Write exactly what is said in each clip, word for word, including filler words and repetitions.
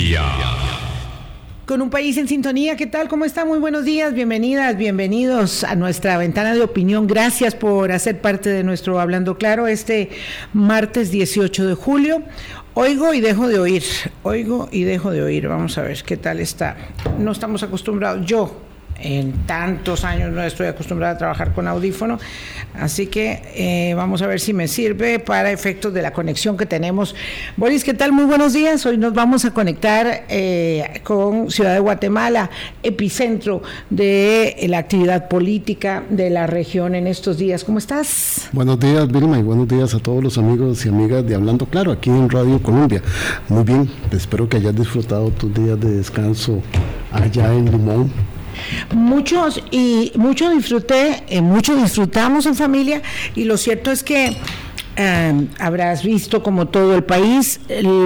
Colombia. Con un país en sintonía, ¿qué tal? ¿Cómo está? Muy buenos días, bienvenidas, bienvenidos a nuestra ventana de opinión. Gracias por hacer parte de nuestro Hablando Claro este martes dieciocho de julio. Oigo y dejo de oír, oigo y dejo de oír. Vamos a ver qué tal está. No estamos acostumbrados, yo en tantos años no estoy acostumbrada a trabajar con audífono, así que eh, vamos a ver si me sirve para efectos de la conexión que tenemos. Boris, ¿qué tal? Muy buenos días. Hoy nos vamos a conectar eh, con Ciudad de Guatemala, epicentro de la actividad política de la región en estos días. ¿Cómo estás? Buenos días, Vilma, y buenos días a todos los amigos y amigas de Hablando Claro, aquí en Radio Colombia. Muy bien, espero que hayas disfrutado tus días de descanso allá en Limón. Muchos y mucho disfruté, eh, mucho disfrutamos en familia, y lo cierto es que eh, habrás visto, como todo el país,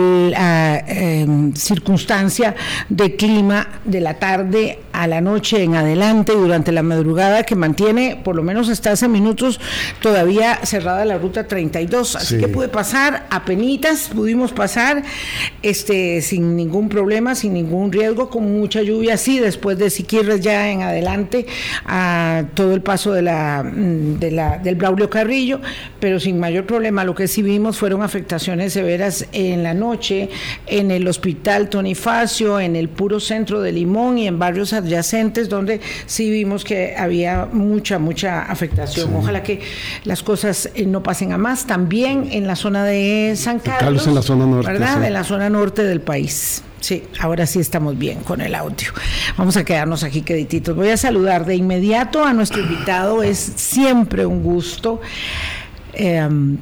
la eh, circunstancia de clima de la tarde a la noche en adelante y durante la madrugada, que mantiene, por lo menos hasta hace minutos, todavía cerrada la ruta treinta y dos, así sí. que pude pasar apenitas, pudimos pasar este sin ningún problema, sin ningún riesgo, con mucha lluvia, sí, después de Siquirres ya en adelante, a todo el paso de la, de la del Braulio Carrillo, pero sin mayor problema. Lo que sí vimos fueron afectaciones severas en la noche, en el Hospital Tonifacio, en el puro centro de Limón y en barrios adyacentes, donde sí vimos que había mucha, mucha afectación. Sí. Ojalá que las cosas eh, no pasen a más. También en la zona de San Carlos, Carlos en la zona norte, ¿verdad? Sí. En la zona norte del país. Sí, ahora sí estamos bien con el audio. Vamos a quedarnos aquí quedititos. Voy a saludar de inmediato a nuestro invitado. Es siempre un gusto. Eh,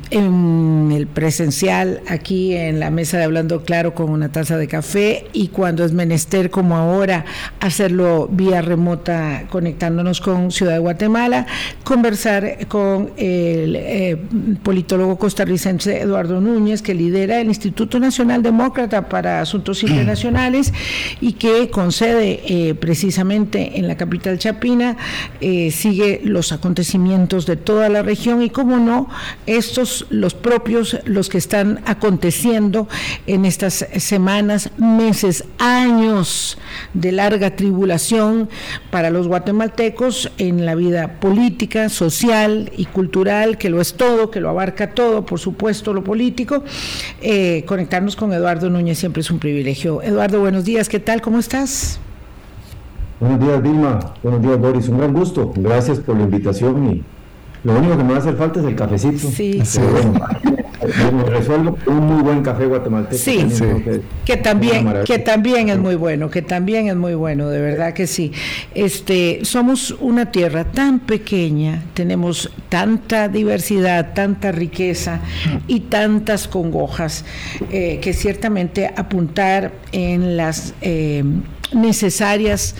en el presencial, aquí en la mesa de Hablando Claro, con una taza de café, y cuando es menester, como ahora, hacerlo vía remota, conectándonos con Ciudad de Guatemala, conversar con el eh, politólogo costarricense Eduardo Núñez, que lidera el Instituto Nacional Demócrata para Asuntos Internacionales y que con sede eh, precisamente en la capital chapina, eh, sigue los acontecimientos de toda la región y, como no, estos, los propios, los que están aconteciendo en estas semanas, meses, años de larga tribulación para los guatemaltecos en la vida política, social y cultural, que lo es todo, que lo abarca todo, por supuesto, lo político. Eh, conectarnos con Eduardo Núñez siempre es un privilegio. Eduardo, buenos días, ¿qué tal? ¿Cómo estás? Buenos días, Vilma. Buenos días, Boris. Un gran gusto. Gracias por la invitación, y lo único que me va a hacer falta es el cafecito. Sí, sí. Bueno, me resuelvo un muy buen café guatemalteco. Sí, sí. Que, que también, que también es muy bueno, que también es muy bueno, de verdad que sí. Este, somos una tierra tan pequeña, tenemos tanta diversidad, tanta riqueza y tantas congojas, eh, que ciertamente apuntar en las eh, necesarias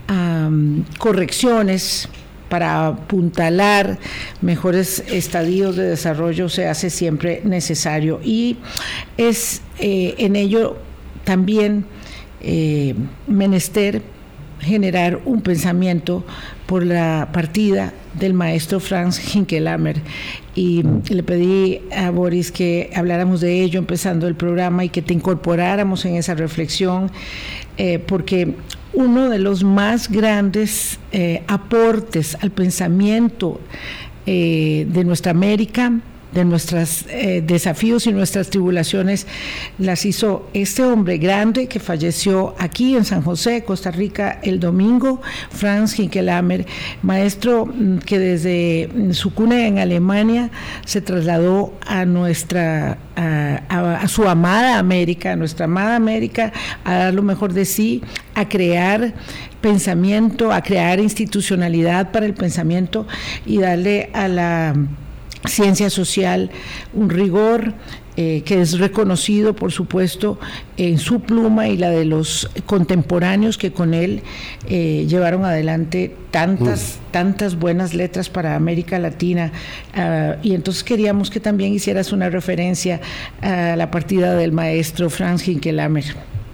um, correcciones para apuntalar mejores estadios de desarrollo se hace siempre necesario, y es eh, en ello también eh, menester generar un pensamiento por la partida del maestro Franz Hinckelammer, y le pedí a Boris que habláramos de ello empezando el programa y que te incorporáramos en esa reflexión, eh, porque uno de los más grandes eh, aportes al pensamiento eh, de nuestra América, de nuestros eh, desafíos y nuestras tribulaciones, las hizo este hombre grande que falleció aquí en San José, Costa Rica, el domingo, Franz Hinckelammer, maestro que desde su cuna en Alemania se trasladó a nuestra a, a, a su amada América, a nuestra amada América, a dar lo mejor de sí, a crear pensamiento, a crear institucionalidad para el pensamiento y darle a la ciencia social un rigor eh, que es reconocido, por supuesto, en su pluma y la de los contemporáneos que con él eh, llevaron adelante tantas, mm. tantas buenas letras para América Latina. Uh, y entonces queríamos que también hicieras una referencia a la partida del maestro Franz Hinckelammer.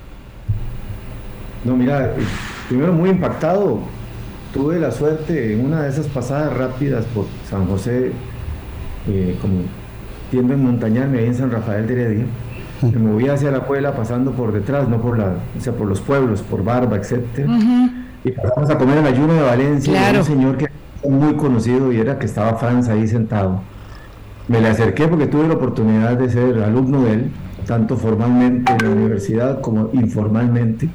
No, mira, primero muy impactado. Tuve la suerte en una de esas pasadas rápidas por San José, Eh, como tiendo en montañarme ahí en San Rafael de Heredia, Me movía hacia la Puebla pasando por detrás, no por la, o sea, por los pueblos, por Barba, etcétera. Uh-huh. Y pasamos a comer en la Yuna de Valencia, claro. Un señor que era muy conocido y era que estaba Franz ahí sentado. Me le acerqué porque tuve la oportunidad de ser alumno de él, tanto formalmente en la universidad como informalmente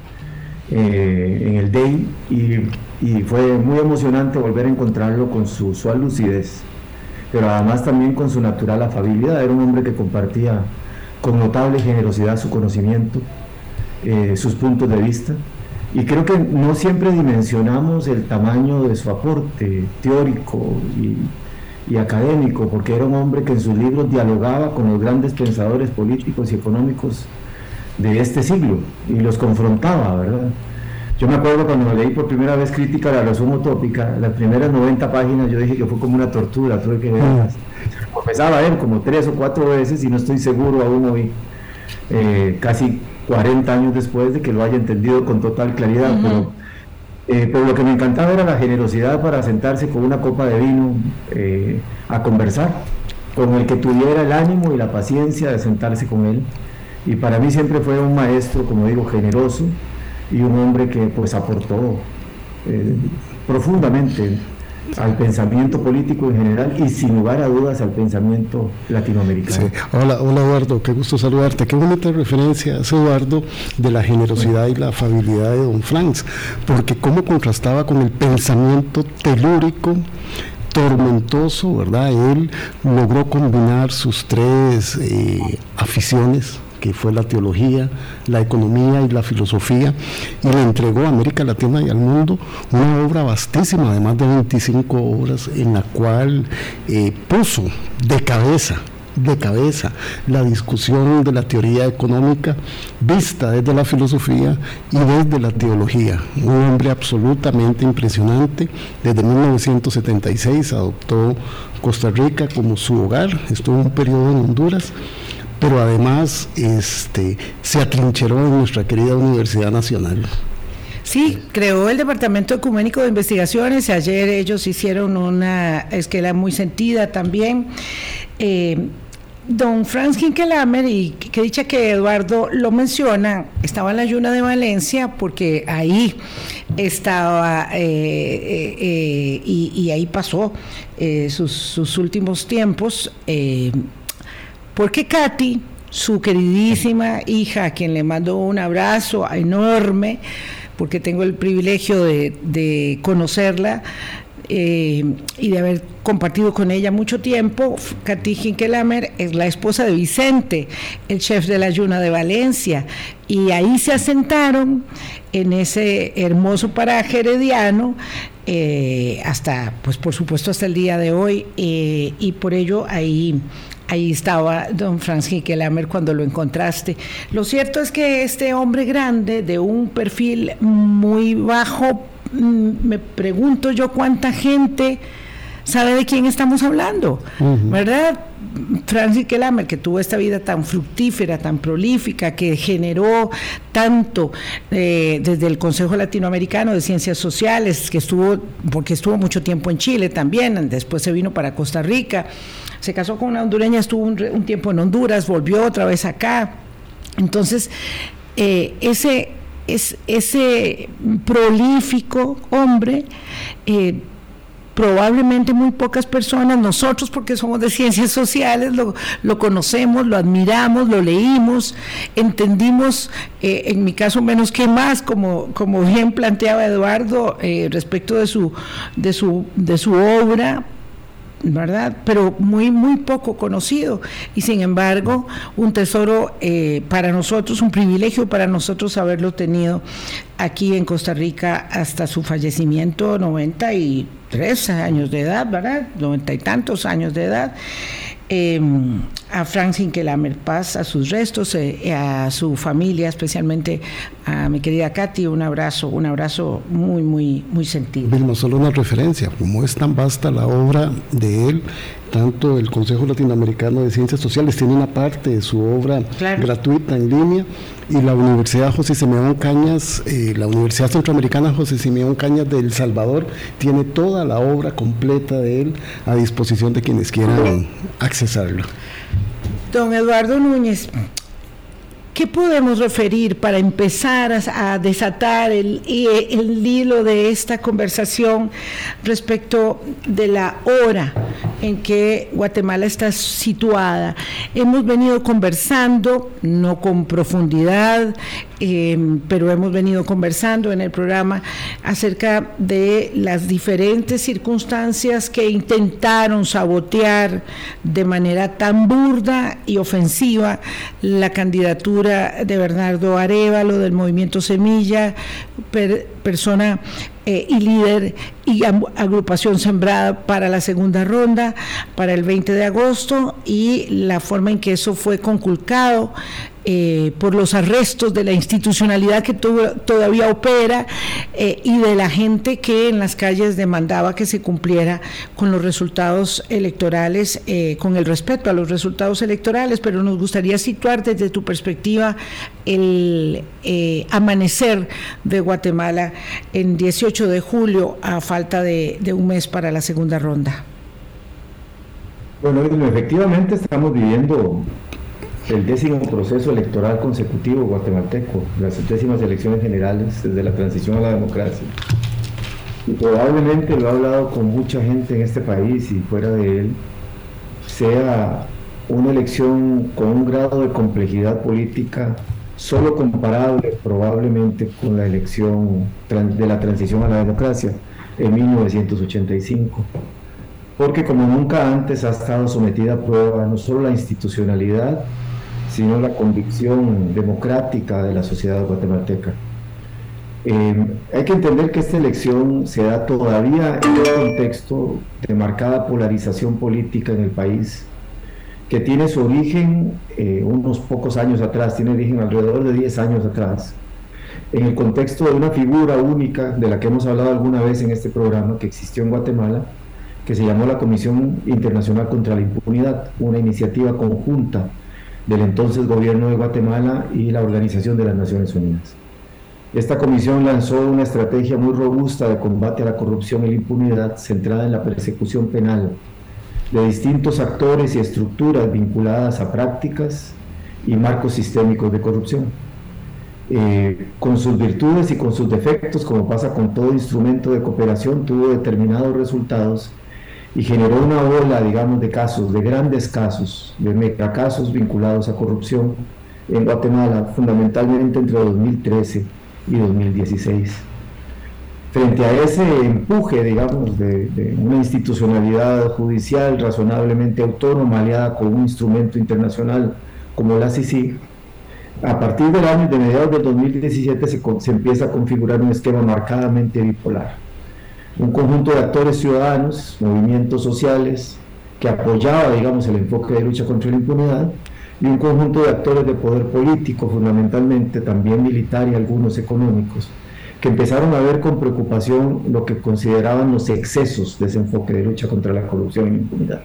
eh, en el D E I, y, y fue muy emocionante volver a encontrarlo con su usual lucidez, pero además también con su natural afabilidad. Era un hombre que compartía con notable generosidad su conocimiento, eh, sus puntos de vista, y creo que no siempre dimensionamos el tamaño de su aporte teórico y, y académico, porque era un hombre que en sus libros dialogaba con los grandes pensadores políticos y económicos de este siglo y los confrontaba, ¿verdad? Yo me acuerdo cuando leí por primera vez Crítica a la razón utópica, las primeras noventa páginas, yo dije que fue como una tortura, tuve que verlas. Confesaba él como tres o cuatro veces y no estoy seguro aún hoy, eh, casi cuarenta años después, de que lo haya entendido con total claridad. Uh-huh. pero, eh, pero lo que me encantaba era la generosidad para sentarse con una copa de vino eh, a conversar, con el que tuviera el ánimo y la paciencia de sentarse con él. Y para mí siempre fue un maestro, como digo, generoso, y un hombre que pues aportó eh, profundamente al pensamiento político en general y sin lugar a dudas al pensamiento latinoamericano. Sí. Hola, hola Eduardo, qué gusto saludarte. Qué bonita referencia hace Eduardo de la generosidad y la afabilidad de don Franz, porque cómo contrastaba con el pensamiento telúrico, tormentoso, ¿verdad? Él logró combinar sus tres eh, aficiones, que fue la teología, la economía y la filosofía, y le entregó a América Latina y al mundo una obra vastísima de más de veinticinco obras, en la cual eh, puso de cabeza, de cabeza la discusión de la teoría económica vista desde la filosofía y desde la teología. Un hombre absolutamente impresionante. Desde mil novecientos setenta y seis adoptó Costa Rica como su hogar, estuvo un periodo en Honduras, pero además este, se atrincheró en nuestra querida Universidad Nacional. Sí, creó el Departamento Ecuménico de Investigaciones. Ayer ellos hicieron una esquela muy sentida también. Eh, don Franz Hinckelhammer, y que dicha que Eduardo lo menciona, estaba en la Yuna de Valencia, porque ahí estaba eh, eh, eh, y, y ahí pasó eh, sus, sus últimos tiempos. Eh, Porque Katy, su queridísima hija, a quien le mando un abrazo enorme, porque tengo el privilegio de, de conocerla eh, y de haber compartido con ella mucho tiempo, Katy Hinckelhammer es la esposa de Vicente, el chef de la Yuna de Valencia, y ahí se asentaron en ese hermoso paraje herediano, eh, hasta, pues por supuesto hasta el día de hoy, eh, y por ello ahí... Ahí estaba don Franz Hinckelhammer cuando lo encontraste. Lo cierto es que este hombre grande, de un perfil muy bajo, me pregunto yo cuánta gente sabe de quién estamos hablando, uh-huh. ¿verdad? Franz Hinckelhammer, que tuvo esta vida tan fructífera, tan prolífica, que generó tanto eh, desde el Consejo Latinoamericano de Ciencias Sociales, que estuvo, porque estuvo mucho tiempo en Chile también, después se vino para Costa Rica, se casó con una hondureña, estuvo un, un tiempo en Honduras, volvió otra vez acá. Entonces, eh, ese, es, ese prolífico hombre, eh, probablemente muy pocas personas, nosotros porque somos de ciencias sociales, lo, lo conocemos, lo admiramos, lo leímos, entendimos, eh, en mi caso menos que más, como, como bien planteaba Eduardo, eh, respecto de su, de su, de su obra, ¿verdad? Pero muy, muy poco conocido, y sin embargo, un tesoro eh, para nosotros, un privilegio para nosotros haberlo tenido aquí en Costa Rica hasta su fallecimiento, noventa y tres años de edad, ¿verdad? noventa y tantos años de edad. Eh, a Franz Hinckelhammer, paz a sus restos, eh, a su familia, especialmente a mi querida Katy, un abrazo, un abrazo muy, muy, muy sentido. No solo una referencia, como es tan vasta la obra de él, tanto el Consejo Latinoamericano de Ciencias Sociales tiene una parte de su obra claro. gratuita en línea, y la Universidad José Simeón Cañas, eh, la Universidad Centroamericana José Simeón Cañas de El Salvador, tiene toda la obra completa de él a disposición de quienes quieran accesarlo. Don Eduardo Núñez, ¿qué podemos referir para empezar a, a desatar el, el hilo de esta conversación respecto de la hora en que Guatemala está situada? Hemos venido conversando, no con profundidad, eh, pero hemos venido conversando en el programa acerca de las diferentes circunstancias que intentaron sabotear de manera tan burda y ofensiva la candidatura de Bernardo Arévalo del Movimiento Semilla, per, persona eh, y líder y agrupación sembrada para la segunda ronda, para el veinte de agosto, y la forma en que eso fue conculcado Eh, por los arrestos de la institucionalidad que tuvo, todavía opera eh, y de la gente que en las calles demandaba que se cumpliera con los resultados electorales, eh, con el respeto a los resultados electorales. Pero nos gustaría situar desde tu perspectiva el eh, amanecer de Guatemala en dieciocho de julio, a falta de, de un mes para la segunda ronda. Bueno, efectivamente estamos viviendo el décimo proceso electoral consecutivo guatemalteco, las décimas elecciones generales desde la transición a la democracia. Y probablemente, lo he hablado con mucha gente en este país y fuera de él, sea una elección con un grado de complejidad política solo comparable probablemente con la elección de la transición a la democracia en mil novecientos ochenta y cinco. Porque como nunca antes ha estado sometida a prueba no solo la institucionalidad, sino la convicción democrática de la sociedad guatemalteca. Eh, hay que entender que esta elección se da todavía en un contexto de marcada polarización política en el país, que tiene su origen eh, unos pocos años atrás, tiene origen alrededor de diez años atrás, en el contexto de una figura única de la que hemos hablado alguna vez en este programa, que existió en Guatemala, que se llamó la Comisión Internacional contra la Impunidad, una iniciativa conjunta del entonces gobierno de Guatemala y la Organización de las Naciones Unidas. Esta comisión lanzó una estrategia muy robusta de combate a la corrupción y la impunidad, centrada en la persecución penal de distintos actores y estructuras vinculadas a prácticas y marcos sistémicos de corrupción. Eh, con sus virtudes y con sus defectos, como pasa con todo instrumento de cooperación, tuvo determinados resultados y generó una ola, digamos, de casos, de grandes casos, de megacasos vinculados a corrupción en Guatemala, fundamentalmente entre dos mil trece y dos mil dieciséis. Frente a ese empuje, digamos, de, de una institucionalidad judicial razonablemente autónoma, aliada con un instrumento internacional como la C I C I, a partir del año de mediados del dos mil diecisiete se, se empieza a configurar un esquema marcadamente bipolar. Un conjunto de actores ciudadanos, movimientos sociales, que apoyaba, digamos, el enfoque de lucha contra la impunidad, y un conjunto de actores de poder político, fundamentalmente también militar y algunos económicos, que empezaron a ver con preocupación lo que consideraban los excesos de ese enfoque de lucha contra la corrupción y la impunidad.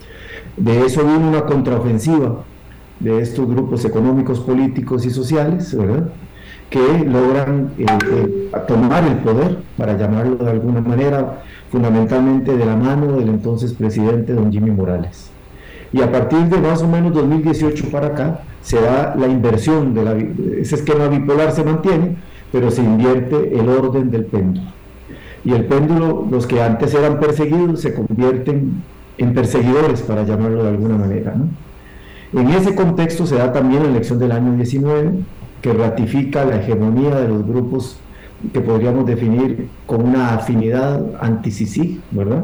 De eso vino una contraofensiva de estos grupos económicos, políticos y sociales, ¿verdad?, que logran eh, eh, tomar el poder, para llamarlo de alguna manera, fundamentalmente de la mano del entonces presidente don Jimmy Morales. Y a partir de más o menos dos mil dieciocho para acá, se da la inversión, de la, ese esquema bipolar se mantiene, pero se invierte el orden del péndulo. Y el péndulo, los que antes eran perseguidos, se convierten en perseguidores, para llamarlo de alguna manera, ¿no? En ese contexto se da también la elección del año diecinueve, que ratifica la hegemonía de los grupos que podríamos definir con una afinidad anti-C I C I, ¿verdad?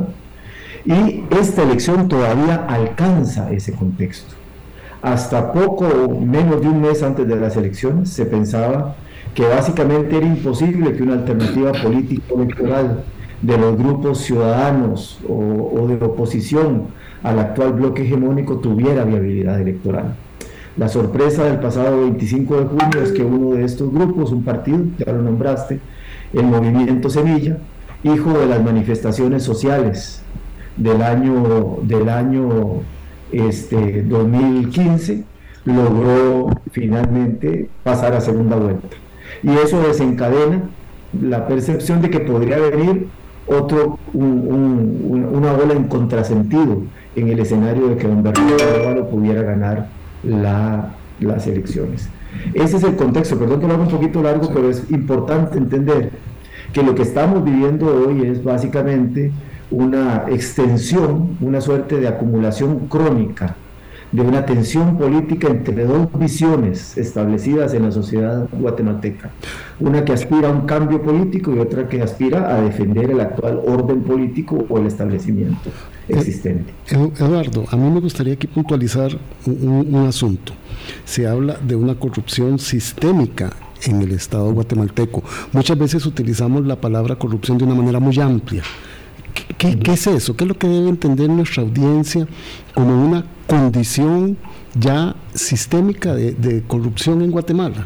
Y esta elección todavía alcanza ese contexto. Hasta poco menos de un mes antes de las elecciones se pensaba que básicamente era imposible que una alternativa político-electoral de los grupos ciudadanos o, o de oposición al actual bloque hegemónico tuviera viabilidad electoral. La sorpresa del pasado veinticinco de junio es que uno de estos grupos, un partido, ya lo nombraste, el Movimiento Semilla, hijo de las manifestaciones sociales del año, del año este, dos mil quince, logró finalmente pasar a segunda vuelta. Y eso desencadena la percepción de que podría venir otro, un, un, una ola en contrasentido en el escenario de que don Bernardo Arévalo pudiera ganar la, las elecciones. Ese es el contexto, perdón que lo haga un poquito largo, pero es importante entender que lo que estamos viviendo hoy es básicamente una extensión, una suerte de acumulación crónica de una tensión política entre dos visiones establecidas en la sociedad guatemalteca, una que aspira a un cambio político y otra que aspira a defender el actual orden político o el establecimiento existente. Eduardo, a mí me gustaría aquí puntualizar un, un asunto. Se habla de una corrupción sistémica en el Estado guatemalteco. Muchas veces utilizamos la palabra corrupción de una manera muy amplia. ¿Qué, qué es eso? ¿Qué es lo que debe entender nuestra audiencia como una condición ya sistémica de, de corrupción en Guatemala?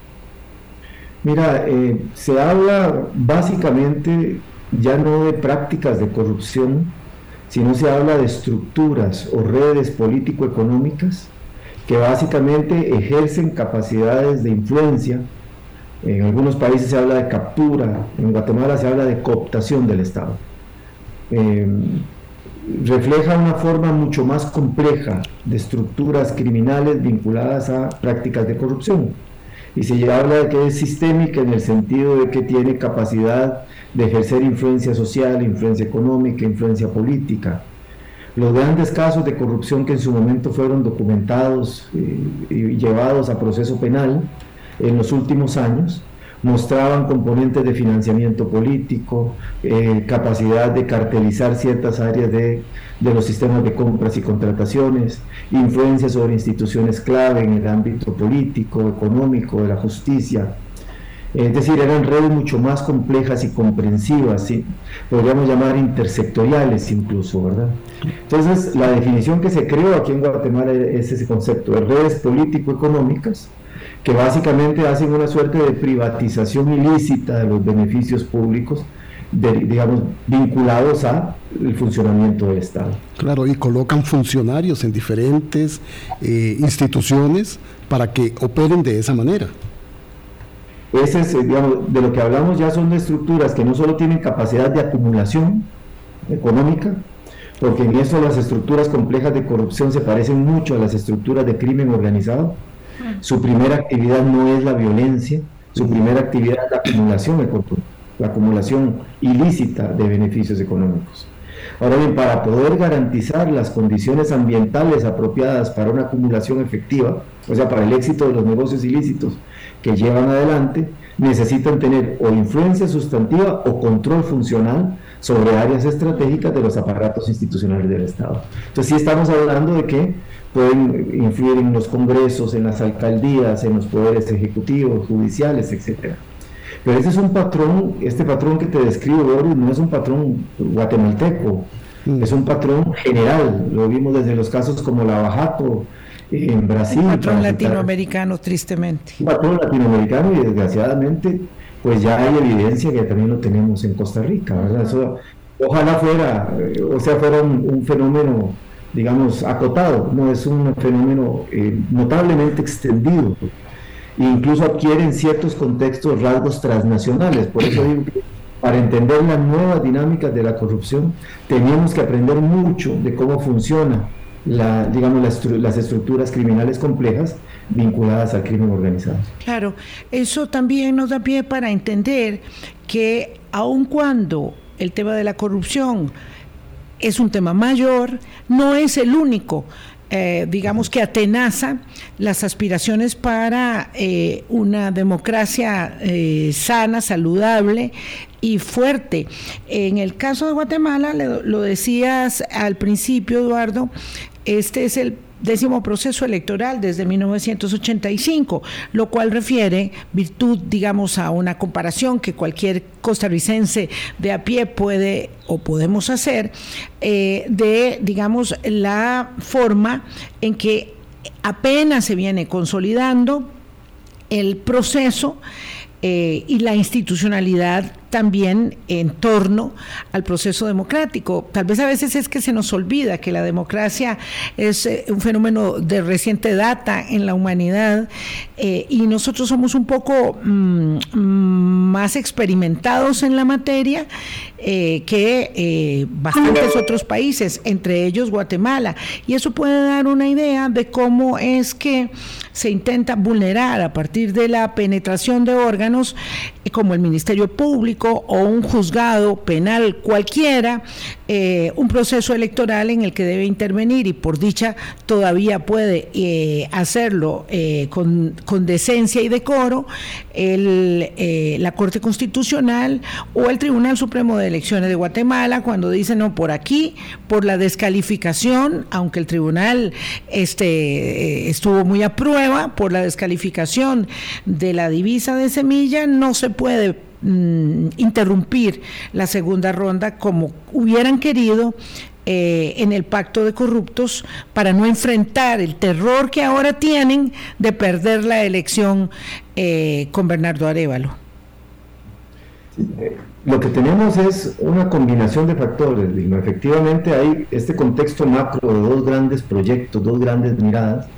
Mira, eh, se habla básicamente ya no de prácticas de corrupción, sino se habla de estructuras o redes político-económicas que básicamente ejercen capacidades de influencia. En algunos países se habla de captura, en Guatemala se habla de cooptación del Estado. Eh, refleja una forma mucho más compleja de estructuras criminales vinculadas a prácticas de corrupción, y se habla de que es sistémica en el sentido de que tiene capacidad de ejercer influencia social, influencia económica, influencia política. Los grandes casos de corrupción que en su momento fueron documentados eh, y llevados a proceso penal en los últimos años mostraban componentes de financiamiento político, eh, capacidad de cartelizar ciertas áreas de, de los sistemas de compras y contrataciones, influencia sobre instituciones clave en el ámbito político, económico, de la justicia. Es decir, eran redes mucho más complejas y comprensivas, ¿sí? Podríamos llamar intersectoriales incluso, ¿verdad? Entonces, la definición que se creó aquí en Guatemala es ese concepto de redes político-económicas, que básicamente hacen una suerte de privatización ilícita de los beneficios públicos, de, digamos, vinculados al funcionamiento del Estado. Claro, y colocan funcionarios en diferentes eh, instituciones para que operen de esa manera. Ese es, digamos, de lo que hablamos ya son de estructuras que no solo tienen capacidad de acumulación económica, porque en eso las estructuras complejas de corrupción se parecen mucho a las estructuras de crimen organizado. Su primera actividad no es la violencia, su primera actividad es la acumulación, la acumulación ilícita de beneficios económicos. Ahora bien, para poder garantizar las condiciones ambientales apropiadas para una acumulación efectiva, o sea, para el éxito de los negocios ilícitos que llevan adelante, necesitan tener o influencia sustantiva o control funcional sobre áreas estratégicas de los aparatos institucionales del Estado. Entonces, sí estamos hablando de que pueden influir en los congresos, en las alcaldías, en los poderes ejecutivos, judiciales, etcétera. Pero ese es un patrón, este patrón que te describo, Boris, no es un patrón guatemalteco, mm. es un patrón general. Lo vimos desde los casos como Lavajato, en Brasil. Un patrón latinoamericano, tristemente. Un patrón latinoamericano, y desgraciadamente, pues ya hay evidencia que también lo tenemos en Costa Rica, ¿verdad? Eso, ojalá fuera, o sea, fuera un, un fenómeno, digamos, acotado, no es un fenómeno eh, notablemente extendido, e incluso adquiere en ciertos contextos rasgos transnacionales. Por eso digo que para entender las nuevas dinámicas de la corrupción tenemos que aprender mucho de cómo funciona la, digamos, las, las estructuras criminales complejas vinculadas al crimen organizado. Claro, eso también nos da pie para entender que aun cuando el tema de la corrupción es un tema mayor, no es el único, eh, digamos, que atenaza las aspiraciones para eh, una democracia eh, sana, saludable y fuerte. En el caso de Guatemala, lo, lo decías al principio, Eduardo, este es el décimo proceso electoral desde mil novecientos ochenta y cinco, lo cual refiere, virtud, digamos, a una comparación que cualquier costarricense de a pie puede o podemos hacer, eh, de, digamos, la forma en que apenas se viene consolidando el proceso eh, y la institucionalidad también en torno al proceso democrático. Tal vez a veces es que se nos olvida que la democracia es eh, un fenómeno de reciente data en la humanidad, eh, y nosotros somos un poco mmm, más experimentados en la materia eh, que eh, bastantes otros países, entre ellos Guatemala. Y eso puede dar una idea de cómo es que se intenta vulnerar a partir de la penetración de órganos eh, como el Ministerio Público o un juzgado penal cualquiera, eh, un proceso electoral en el que debe intervenir, y por dicha todavía puede eh, hacerlo eh, con, con decencia y decoro el, eh, la Corte Constitucional o el Tribunal Supremo de Elecciones de Guatemala, cuando dice no, por aquí, por la descalificación, aunque el tribunal este, eh, estuvo muy a prueba, por la descalificación de la divisa de semilla, no se puede mm, interrumpir la segunda ronda como hubieran querido eh, en el pacto de corruptos, para no enfrentar el terror que ahora tienen de perder la elección eh, con Bernardo Arévalo. Lo que tenemos es una combinación de factores, Vilma. Efectivamente hay este contexto macro de dos grandes proyectos, dos grandes miradas,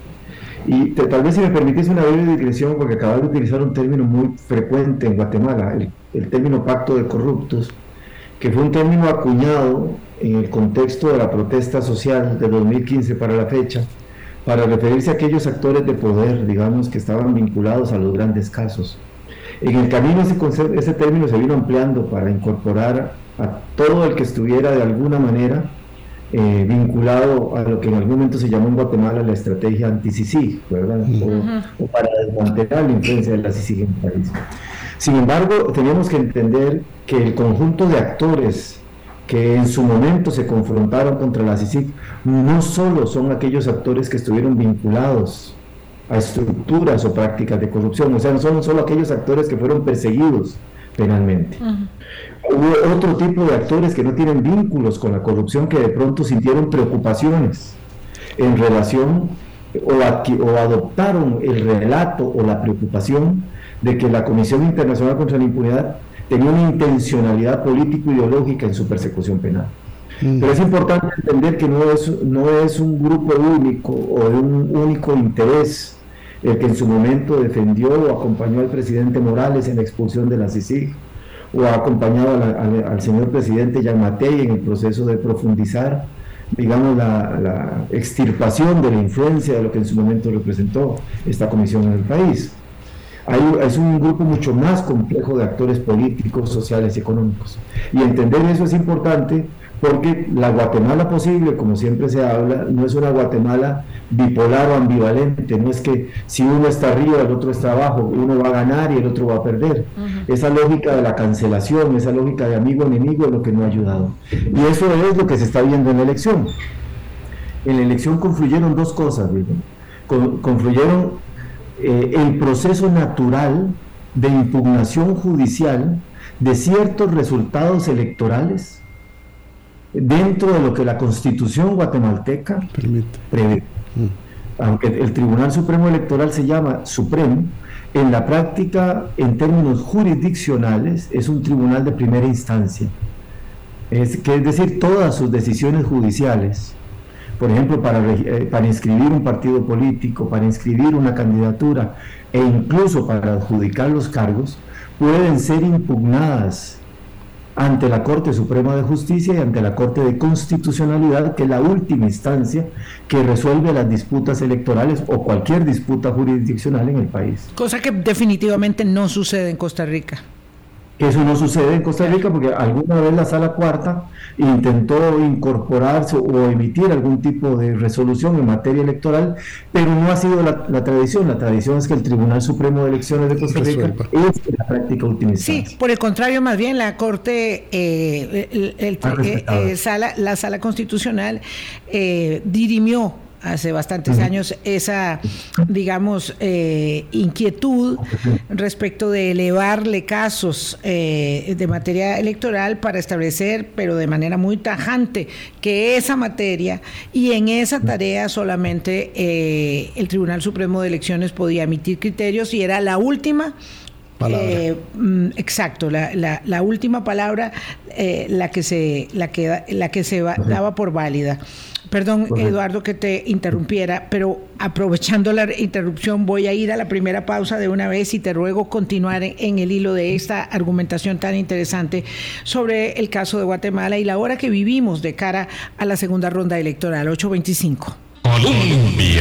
y te, tal vez si me permitís una breve digresión, porque acabas de utilizar un término muy frecuente en Guatemala, el, el término pacto de corruptos, que fue un término acuñado en el contexto de la protesta social de dos mil quince para la fecha, para referirse a aquellos actores de poder, digamos, que estaban vinculados a los grandes casos. En el camino ese, concepto, ese término se vino ampliando para incorporar a todo el que estuviera de alguna manera eh, vinculado a lo que en algún momento se llamó en Guatemala la estrategia anti-CICIG, ¿verdad? O, o para desmantelar la influencia de la CICIG en el país. Sin embargo, tenemos que entender que el conjunto de actores que en su momento se confrontaron contra la CICIG no solo son aquellos actores que estuvieron vinculados a estructuras o prácticas de corrupción, o sea, no son solo aquellos actores que fueron perseguidos penalmente. Uh-huh. Hubo otro tipo de actores que no tienen vínculos con la corrupción, que de pronto sintieron preocupaciones en relación o, adqui- o adoptaron el relato o la preocupación de que la Comisión Internacional contra la Impunidad tenía una intencionalidad político-ideológica en su persecución penal. Uh-huh. Pero es importante entender que no es, no es un grupo único o de un único interés el que en su momento defendió o acompañó al presidente Morales en la expulsión de la CICIG, o ha acompañado a la, a, al señor presidente Gianmattei en el proceso de profundizar, digamos, la, la extirpación de la influencia de lo que en su momento representó esta comisión en el país. Hay, es un grupo mucho más complejo de actores políticos, sociales y económicos. Y entender eso es importante, porque la Guatemala posible, como siempre se habla, no es una Guatemala bipolar o ambivalente, no es que si uno está arriba, el otro está abajo, uno va a ganar y el otro va a perder. Uh-huh. Esa lógica de la cancelación, esa lógica de amigo-enemigo es lo que no ha ayudado. Y eso es lo que se está viendo en la elección. En la elección confluyeron dos cosas, Con, confluyeron eh, el proceso natural de impugnación judicial de ciertos resultados electorales dentro de lo que la Constitución guatemalteca prevé. Mm. Aunque el Tribunal Supremo Electoral se llama Supremo, en la práctica, en términos jurisdiccionales, es un tribunal de primera instancia. Es, que es decir, todas sus decisiones judiciales, por ejemplo, para, eh, para inscribir un partido político, para inscribir una candidatura e incluso para adjudicar los cargos, pueden ser impugnadas ante la Corte Suprema de Justicia y ante la Corte de Constitucionalidad, que es la última instancia que resuelve las disputas electorales o cualquier disputa jurisdiccional en el país. Cosa que definitivamente no sucede en Costa Rica. Eso no sucede en Costa Rica porque alguna vez la Sala Cuarta intentó incorporarse o emitir algún tipo de resolución en materia electoral, pero no ha sido la, la tradición. La tradición es que el Tribunal Supremo de Elecciones de Costa Rica es la práctica última instancia. Sí, por el contrario, más bien la Corte, eh, el, el, el, eh, sala, la Sala Constitucional eh, dirimió hace bastantes uh-huh. años esa, digamos, eh, inquietud respecto de elevarle casos eh, de materia electoral para establecer, pero de manera muy tajante, que esa materia y en esa tarea solamente eh, el Tribunal Supremo de Elecciones podía emitir criterios y era la última Eh, exacto, la, la, la última palabra eh, la que se la que la que se va, daba por válida. Perdón, correcto, Eduardo, que te interrumpiera, pero aprovechando la interrupción voy a ir a la primera pausa de una vez y te ruego continuar en, en el hilo de esta argumentación tan interesante sobre el caso de Guatemala y la hora que vivimos de cara a la segunda ronda electoral. ocho veinticinco. Colombia.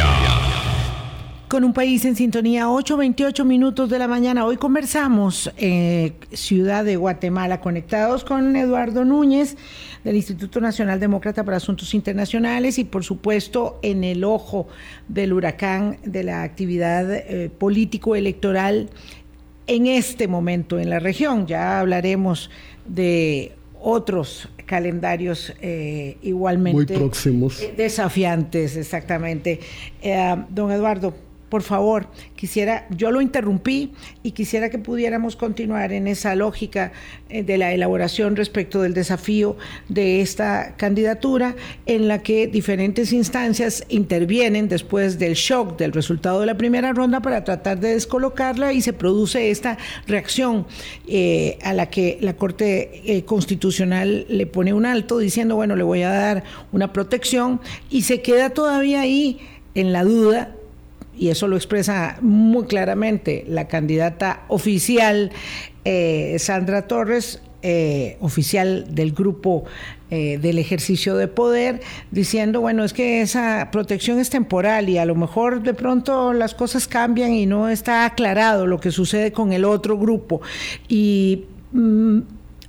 Con un país en sintonía, ocho veintiocho minutos de la mañana. Hoy conversamos en Ciudad de Guatemala, conectados con Eduardo Núñez del Instituto Nacional Demócrata para Asuntos Internacionales y por supuesto en el ojo del huracán de la actividad eh, político-electoral en este momento en la región. Ya hablaremos de otros calendarios eh, igualmente muy próximos, eh, desafiantes, exactamente. Eh, don Eduardo, por favor, quisiera, yo lo interrumpí y quisiera que pudiéramos continuar en esa lógica eh, de la elaboración respecto del desafío de esta candidatura en la que diferentes instancias intervienen después del shock del resultado de la primera ronda para tratar de descolocarla y se produce esta reacción eh, a la que la Corte eh, Constitucional le pone un alto diciendo, bueno, le voy a dar una protección y se queda todavía ahí en la duda. Y eso lo expresa muy claramente la candidata oficial eh, Sandra Torres, eh, oficial del grupo eh, del ejercicio de poder, diciendo, bueno, es que esa protección es temporal y a lo mejor de pronto las cosas cambian y no está aclarado lo que sucede con el otro grupo. Y mmm,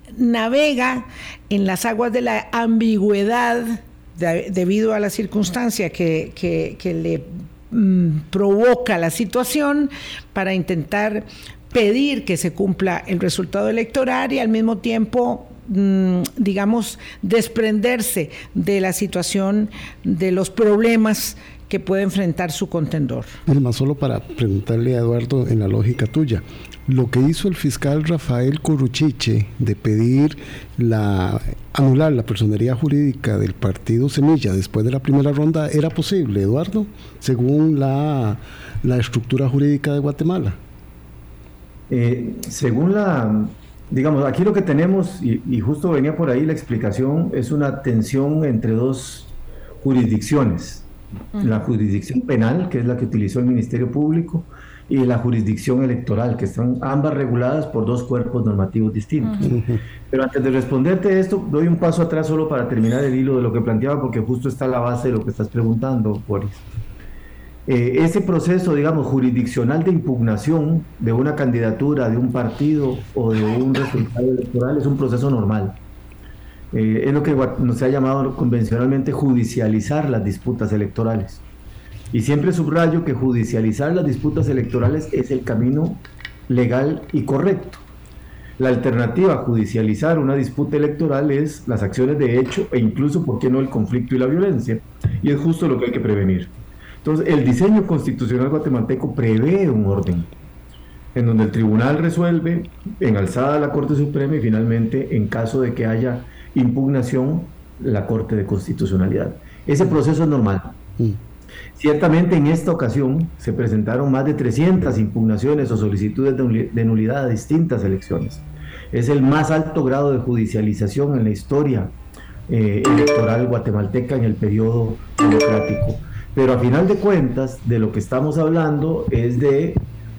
navega en las aguas de la ambigüedad de, debido a la circunstancia que, que, que le provoca la situación para intentar pedir que se cumpla el resultado electoral y al mismo tiempo, digamos, desprenderse de la situación, de los problemas que puede enfrentar su contendor. Vilma, solo para preguntarle a Eduardo en la lógica tuya, lo que hizo el fiscal Rafael Corruchiche de pedir la anular la personería jurídica del partido Semilla después de la primera ronda, ¿era posible, Eduardo, según la, la estructura jurídica de Guatemala? Eh, según la, digamos, aquí lo que tenemos, y, y justo venía por ahí la explicación, es una tensión entre dos jurisdicciones. Uh-huh. La jurisdicción penal, que es la que utilizó el Ministerio Público, y la jurisdicción electoral, que están ambas reguladas por dos cuerpos normativos distintos. Uh-huh. Pero antes de responderte esto, doy un paso atrás solo para terminar el hilo de lo que planteaba, porque justo está la base de lo que estás preguntando, Boris. Eh, ese proceso, digamos, jurisdiccional de impugnación de una candidatura, de un partido o de un resultado electoral es un proceso normal. Eh, es lo que se ha llamado convencionalmente judicializar las disputas electorales. Y siempre subrayo que judicializar las disputas electorales es el camino legal y correcto. La alternativa a judicializar una disputa electoral es las acciones de hecho e incluso, ¿por qué no?, el conflicto y la violencia. Y es justo lo que hay que prevenir. Entonces, el diseño constitucional guatemalteco prevé un orden en donde el tribunal resuelve en alzada a la Corte Suprema y finalmente, en caso de que haya impugnación, la Corte de Constitucionalidad. Ese proceso es normal. Mm. Ciertamente en esta ocasión se presentaron más de trescientas impugnaciones o solicitudes de nulidad a distintas elecciones. Es el más alto grado de judicialización en la historia eh, electoral guatemalteca en el periodo democrático. Pero a final de cuentas, de lo que estamos hablando es de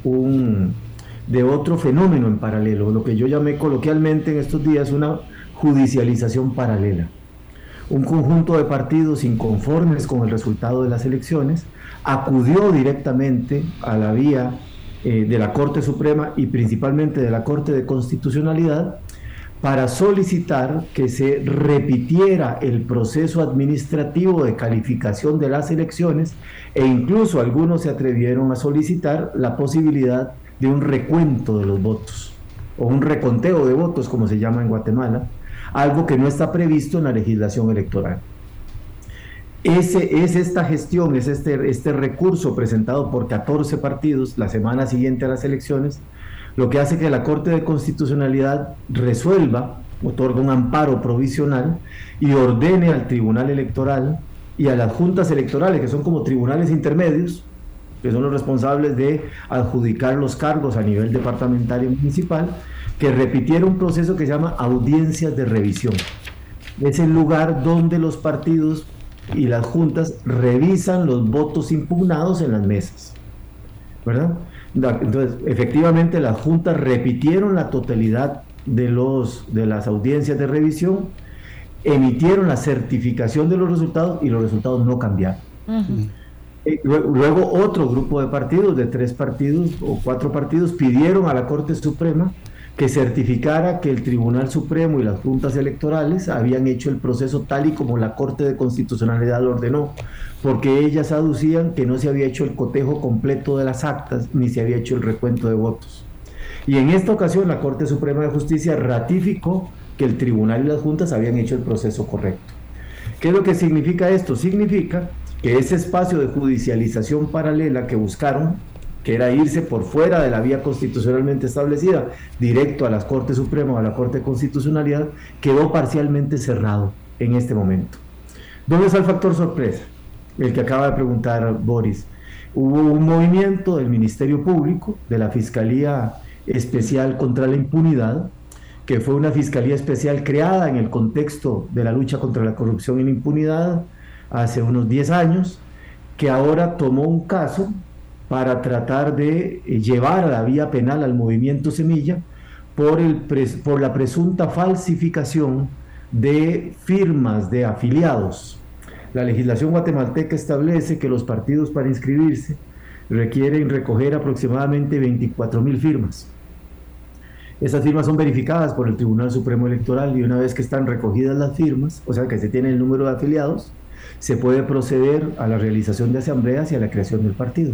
un de otro fenómeno en paralelo, lo que yo llamé coloquialmente en estos días una judicialización paralela. Un conjunto de partidos inconformes con el resultado de las elecciones acudió directamente a la vía eh, de la Corte Suprema y principalmente de la Corte de Constitucionalidad para solicitar que se repitiera el proceso administrativo de calificación de las elecciones e incluso algunos se atrevieron a solicitar la posibilidad de un recuento de los votos o un reconteo de votos, como se llama en Guatemala, algo que no está previsto en la legislación electoral. Ese, es esta gestión, es este, este recurso presentado por catorce partidos la semana siguiente a las elecciones, lo que hace que la Corte de Constitucionalidad resuelva, otorga un amparo provisional y ordene al Tribunal Electoral y a las juntas electorales, que son como tribunales intermedios, que son los responsables de adjudicar los cargos a nivel departamental y municipal, que repitiera un proceso que se llama audiencias de revisión. Es el lugar donde los partidos y las juntas revisan los votos impugnados en las mesas, ¿verdad? Entonces, efectivamente, las juntas repitieron la totalidad de, los, de las audiencias de revisión, emitieron la certificación de los resultados y los resultados no cambiaron. Uh-huh. Eh, luego otro grupo de partidos, de tres partidos o cuatro partidos, pidieron a la Corte Suprema que certificara que el Tribunal Supremo y las juntas electorales habían hecho el proceso tal y como la Corte de Constitucionalidad lo ordenó, porque ellas aducían que no se había hecho el cotejo completo de las actas ni se había hecho el recuento de votos. Y en esta ocasión la Corte Suprema de Justicia ratificó que el Tribunal y las juntas habían hecho el proceso correcto. ¿Qué es lo que significa esto? Significa que ese espacio de judicialización paralela que buscaron, que era irse por fuera de la vía constitucionalmente establecida, directo a la Corte Suprema o a la Corte de Constitucionalidad, quedó parcialmente cerrado en este momento. ¿Dónde está el factor sorpresa? El que acaba de preguntar Boris. Hubo un movimiento del Ministerio Público, de la Fiscalía Especial contra la Impunidad, que fue una fiscalía especial creada en el contexto de la lucha contra la corrupción y la impunidad hace unos diez años, que ahora tomó un caso para tratar de llevar a la vía penal al movimiento Semilla por, el pres, por la presunta falsificación de firmas de afiliados. La legislación guatemalteca establece que los partidos para inscribirse requieren recoger aproximadamente veinticuatro mil firmas. Esas firmas son verificadas por el Tribunal Supremo Electoral y una vez que están recogidas las firmas, o sea que se tiene el número de afiliados, se puede proceder a la realización de asambleas y a la creación del partido.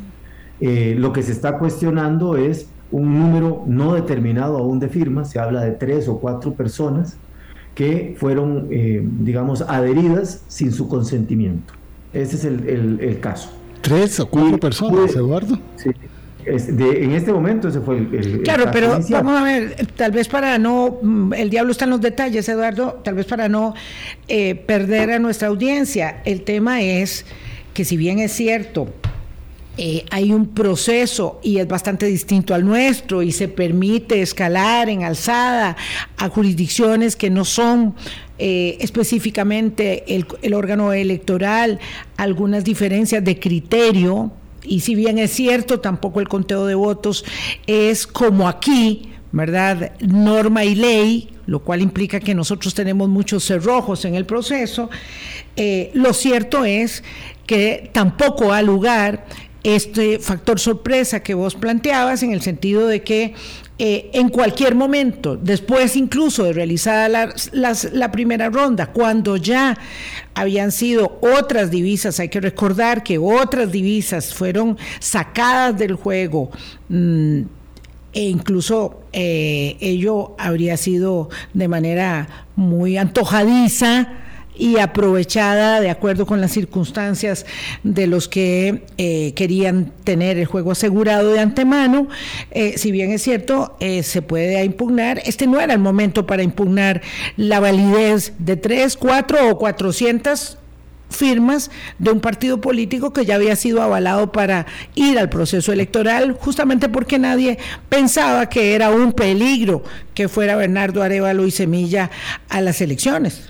Eh, lo que se está cuestionando es un número no determinado aún de firmas, se habla de tres o cuatro personas que fueron, eh, digamos, adheridas sin su consentimiento. Ese es el, el, el caso. ¿Tres o cuatro y, personas, pues, Eduardo? Sí. Es de, en este momento ese fue el, el claro, el pero inicial. Vamos a ver, tal vez para no, el diablo está en los detalles, Eduardo, tal vez para no eh, perder a nuestra audiencia, el tema es que si bien es cierto, eh, hay un proceso y es bastante distinto al nuestro y se permite escalar en alzada a jurisdicciones que no son eh, específicamente el, el órgano electoral, algunas diferencias de criterio. Y si bien es cierto, tampoco el conteo de votos es como aquí, ¿verdad? Norma y ley, lo cual implica que nosotros tenemos muchos cerrojos en el proceso. Eh, lo cierto es que tampoco ha lugar este factor sorpresa que vos planteabas, en el sentido de que eh, en cualquier momento, después incluso de realizada la, las, la primera ronda, cuando ya habían sido otras divisas, hay que recordar que otras divisas fueron sacadas del juego, mmm, e incluso eh, ello habría sido de manera muy antojadiza y aprovechada de acuerdo con las circunstancias de los que eh, querían tener el juego asegurado de antemano. Eh, si bien es cierto, eh, se puede impugnar, este no era el momento para impugnar la validez de tres, cuatro o cuatrocientas firmas de un partido político que ya había sido avalado para ir al proceso electoral, justamente porque nadie pensaba que era un peligro que fuera Bernardo Arévalo y Semilla a las elecciones.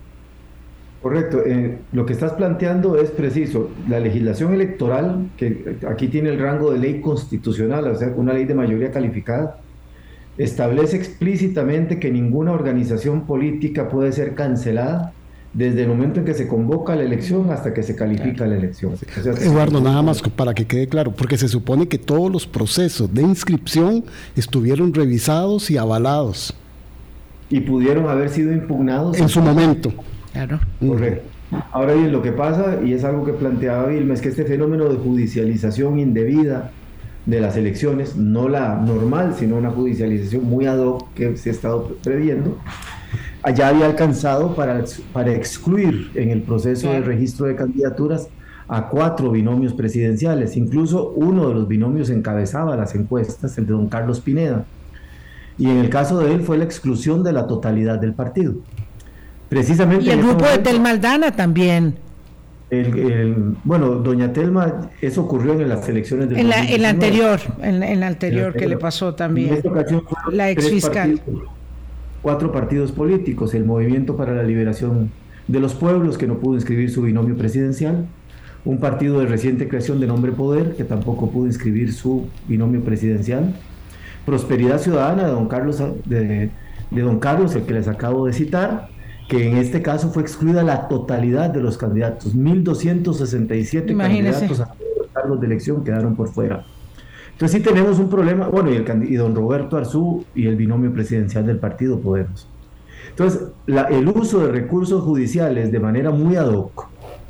Correcto, eh, lo que estás planteando es preciso. La legislación electoral, que aquí tiene el rango de ley constitucional, o sea, una ley de mayoría calificada, establece explícitamente que ninguna organización política puede ser cancelada desde el momento en que se convoca la elección hasta que se califica la elección. O sea, Eduardo, nada más para que quede claro, porque se supone que todos los procesos de inscripción estuvieron revisados y avalados. Y pudieron haber sido impugnados en su momento. Claro. Correcto. Ahora bien, lo que pasa, y es algo que planteaba Vilma, es que este fenómeno de judicialización indebida de las elecciones, no la normal, sino una judicialización muy ad hoc que se ha estado previendo, allá había alcanzado para, para excluir en el proceso de registro de candidaturas a cuatro binomios presidenciales. Incluso uno de los binomios encabezaba las encuestas, el de don Carlos Pineda, y en el caso de él fue la exclusión de la totalidad del partido. Precisamente y el grupo momento, de Telma Aldana también. El, el, bueno, doña Telma, eso ocurrió en las elecciones del en la, en la anterior, en la, en la anterior que le pasó también. En esta ocasión la ex fiscal. Partidos, cuatro partidos políticos, el Movimiento para la Liberación de los pueblos, que no pudo inscribir su binomio presidencial, un partido de reciente creación de nombre Poder, que tampoco pudo inscribir su binomio presidencial, Prosperidad Ciudadana de don Carlos, de, de don Carlos, el que les acabo de citar, que en este caso fue excluida la totalidad de los candidatos, mil doscientos sesenta y siete candidatos a los cargos de elección quedaron por fuera. Entonces sí tenemos un problema, bueno, y, el, y don Roberto Arzú y el binomio presidencial del partido Podemos. Entonces, la, el uso de recursos judiciales de manera muy ad hoc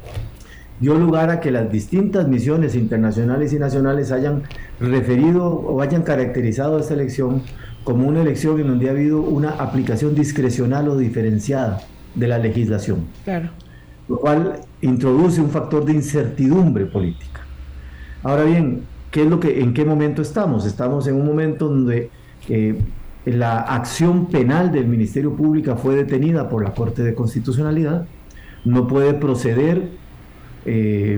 dio lugar a que las distintas misiones internacionales y nacionales hayan referido o hayan caracterizado esta elección como una elección en donde ha habido una aplicación discrecional o diferenciada de la legislación. Claro. Lo cual introduce un factor de incertidumbre política. Ahora bien, ¿qué es lo que, en qué momento estamos? Estamos en un momento donde eh, la acción penal del Ministerio Público fue detenida por la Corte de Constitucionalidad, no puede proceder Eh,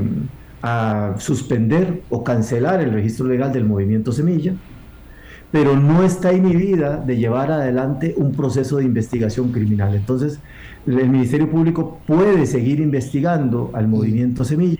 a suspender o cancelar el registro legal del movimiento Semilla, pero no está inhibida de llevar adelante un proceso de investigación criminal. Entonces, el Ministerio Público puede seguir investigando al movimiento Semilla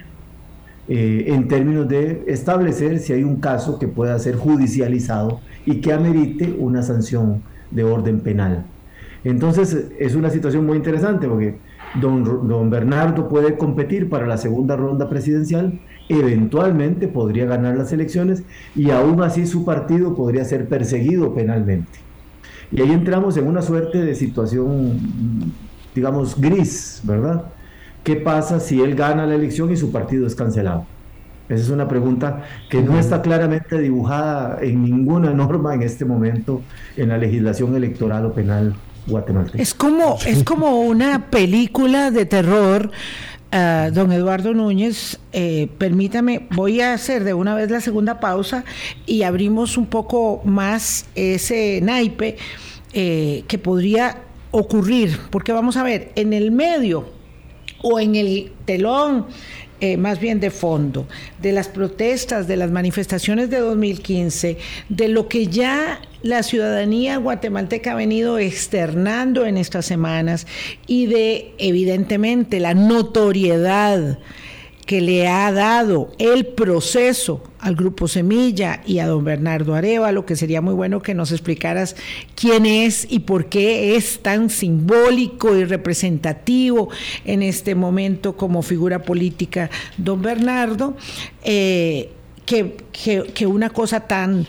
eh, en términos de establecer si hay un caso que pueda ser judicializado y que amerite una sanción de orden penal. Entonces, es una situación muy interesante porque Don, don Bernardo puede competir para la segunda ronda presidencial, eventualmente podría ganar las elecciones y aún así su partido podría ser perseguido penalmente. Y ahí entramos en una suerte de situación, digamos, gris, ¿verdad? ¿Qué pasa si él gana la elección y su partido es cancelado? Esa es una pregunta que no está claramente dibujada en ninguna norma en este momento en la legislación electoral o penal guatemalteca. Es como, es como una película de terror, uh, don Eduardo Núñez. Eh, permítame, voy a hacer de una vez la segunda pausa y abrimos un poco más ese naipe eh, que podría ocurrir, porque vamos a ver, en el medio o en el telón, Eh, más bien de fondo, de las protestas, de las manifestaciones de dos mil quince, de lo que ya la ciudadanía guatemalteca ha venido externando en estas semanas y de, evidentemente, la notoriedad que le ha dado el proceso al Grupo Semilla y a don Bernardo Arévalo, que sería muy bueno que nos explicaras quién es y por qué es tan simbólico y representativo en este momento como figura política don Bernardo, eh, que, que, que una cosa tan,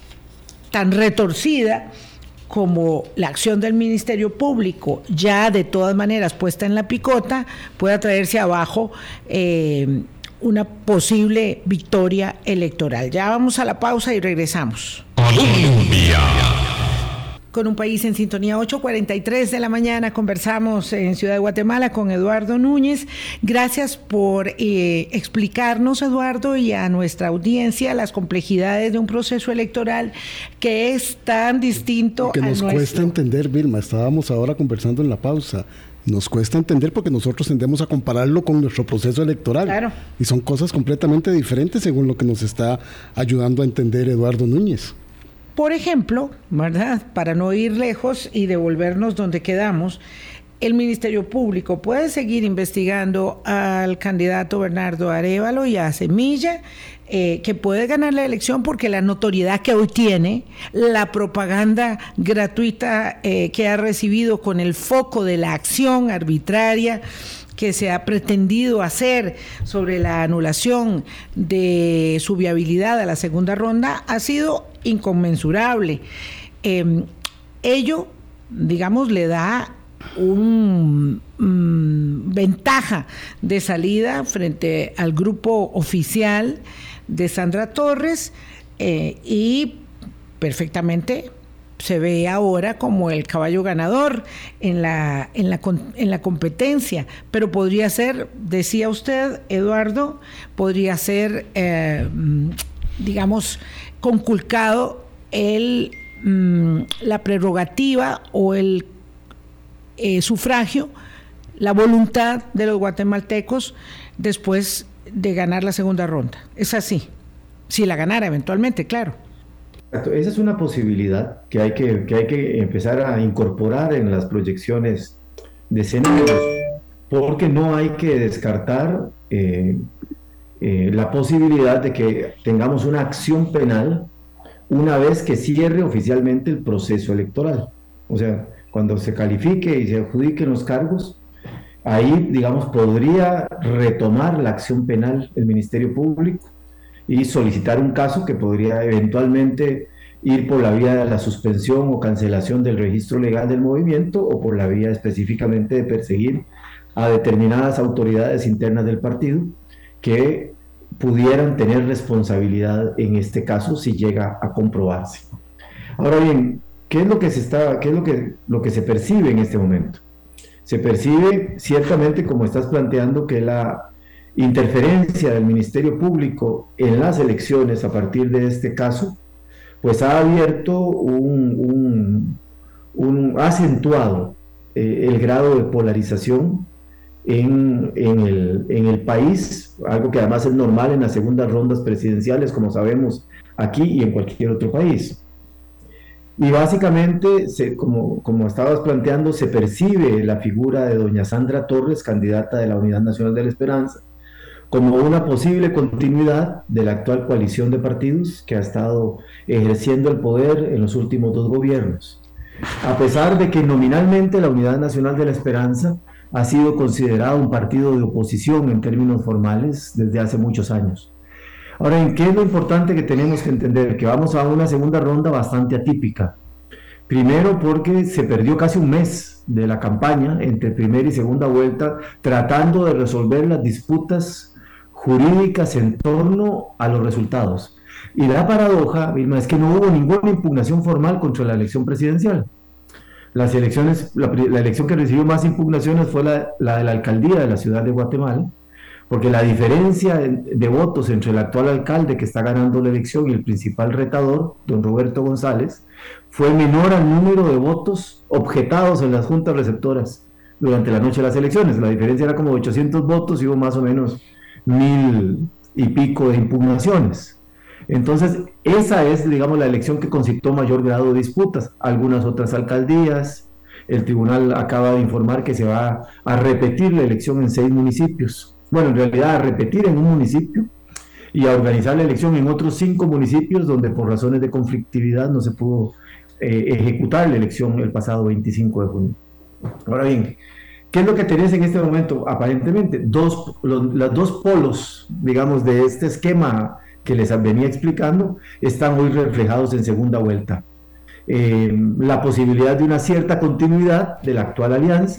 tan retorcida como la acción del Ministerio Público, ya de todas maneras puesta en la picota, pueda traerse abajo eh, una posible victoria electoral. Ya vamos a la pausa y regresamos. Colombia. Con un país en sintonía, ocho cuarenta y tres de la mañana, conversamos en Ciudad de Guatemala con Eduardo Núñez. Gracias por eh, explicarnos, Eduardo, y a nuestra audiencia las complejidades de un proceso electoral que es tan distinto que a nos nuestro. Cuesta entender, Vilma. Estábamos ahora conversando en la pausa. Nos cuesta entender porque nosotros tendemos a compararlo con nuestro proceso electoral. Claro. Y son cosas completamente diferentes según lo que nos está ayudando a entender Eduardo Núñez. Por ejemplo, ¿verdad? Para no ir lejos y devolvernos donde quedamos, el Ministerio Público puede seguir investigando al candidato Bernardo Arévalo y a Semilla, eh, que puede ganar la elección porque la notoriedad que hoy tiene, la propaganda gratuita eh, que ha recibido con el foco de la acción arbitraria que se ha pretendido hacer sobre la anulación de su viabilidad a la segunda ronda ha sido inconmensurable. Eh, ello, digamos, le da una um, ventaja de salida frente al grupo oficial de Sandra Torres eh, y perfectamente se ve ahora como el caballo ganador en la, en la, en la competencia, pero podría ser, decía usted, Eduardo, podría ser, eh, digamos, conculcado el, la prerrogativa o el eh, sufragio, la voluntad de los guatemaltecos después de ganar la segunda ronda. Es así, si la ganara eventualmente, claro. Esa es una posibilidad que hay que, que hay que empezar a incorporar en las proyecciones de escenarios porque no hay que descartar eh, eh, la posibilidad de que tengamos una acción penal una vez que cierre oficialmente el proceso electoral. O sea, cuando se califique y se adjudiquen los cargos, ahí, digamos, podría retomar la acción penal el Ministerio Público y solicitar un caso que podría eventualmente ir por la vía de la suspensión o cancelación del registro legal del movimiento, o por la vía específicamente de perseguir a determinadas autoridades internas del partido que pudieran tener responsabilidad en este caso si llega a comprobarse. Ahora bien, ¿qué es lo que se está, qué es lo que, lo que se percibe en este momento? Se percibe ciertamente, como estás planteando, que la interferencia del Ministerio Público en las elecciones a partir de este caso, pues ha abierto un, un, un ha acentuado eh, el grado de polarización en, en, el, en el país, algo que además es normal en las segundas rondas presidenciales, como sabemos, aquí y en cualquier otro país. Y básicamente, se, como, como estabas planteando, se percibe la figura de doña Sandra Torres, candidata de la Unidad Nacional de la Esperanza, como una posible continuidad de la actual coalición de partidos que ha estado ejerciendo el poder en los últimos dos gobiernos. A pesar de que nominalmente la Unidad Nacional de la Esperanza ha sido considerado un partido de oposición en términos formales desde hace muchos años. Ahora, ¿en qué es lo importante que tenemos que entender? Que vamos a una segunda ronda bastante atípica. Primero, porque se perdió casi un mes de la campaña entre primera y segunda vuelta, tratando de resolver las disputas jurídicas en torno a los resultados. Y la paradoja, Vilma, es que no hubo ninguna impugnación formal contra la elección presidencial. Las elecciones, la, la elección que recibió más impugnaciones fue la, la de la alcaldía de la ciudad de Guatemala, porque la diferencia de, de votos entre el actual alcalde que está ganando la elección y el principal retador, don Roberto González, fue menor al número de votos objetados en las juntas receptoras durante la noche de las elecciones. La diferencia era como ochocientos votos y hubo más o menos mil y pico de impugnaciones. Entonces, esa es, digamos, la elección que concitó mayor grado de disputas. Algunas otras alcaldías, el tribunal acaba de informar que se va a repetir la elección en seis municipios. Bueno, en realidad a repetir en un municipio y a organizar la elección en otros cinco municipios donde por razones de conflictividad no se pudo eh, ejecutar la elección el pasado veinticinco de junio. Ahora bien, ¿qué es lo que tenés en este momento? Aparentemente, dos, los, los dos polos, digamos, de este esquema que les venía explicando, están hoy reflejados en segunda vuelta. Eh, la posibilidad de una cierta continuidad de la actual alianza,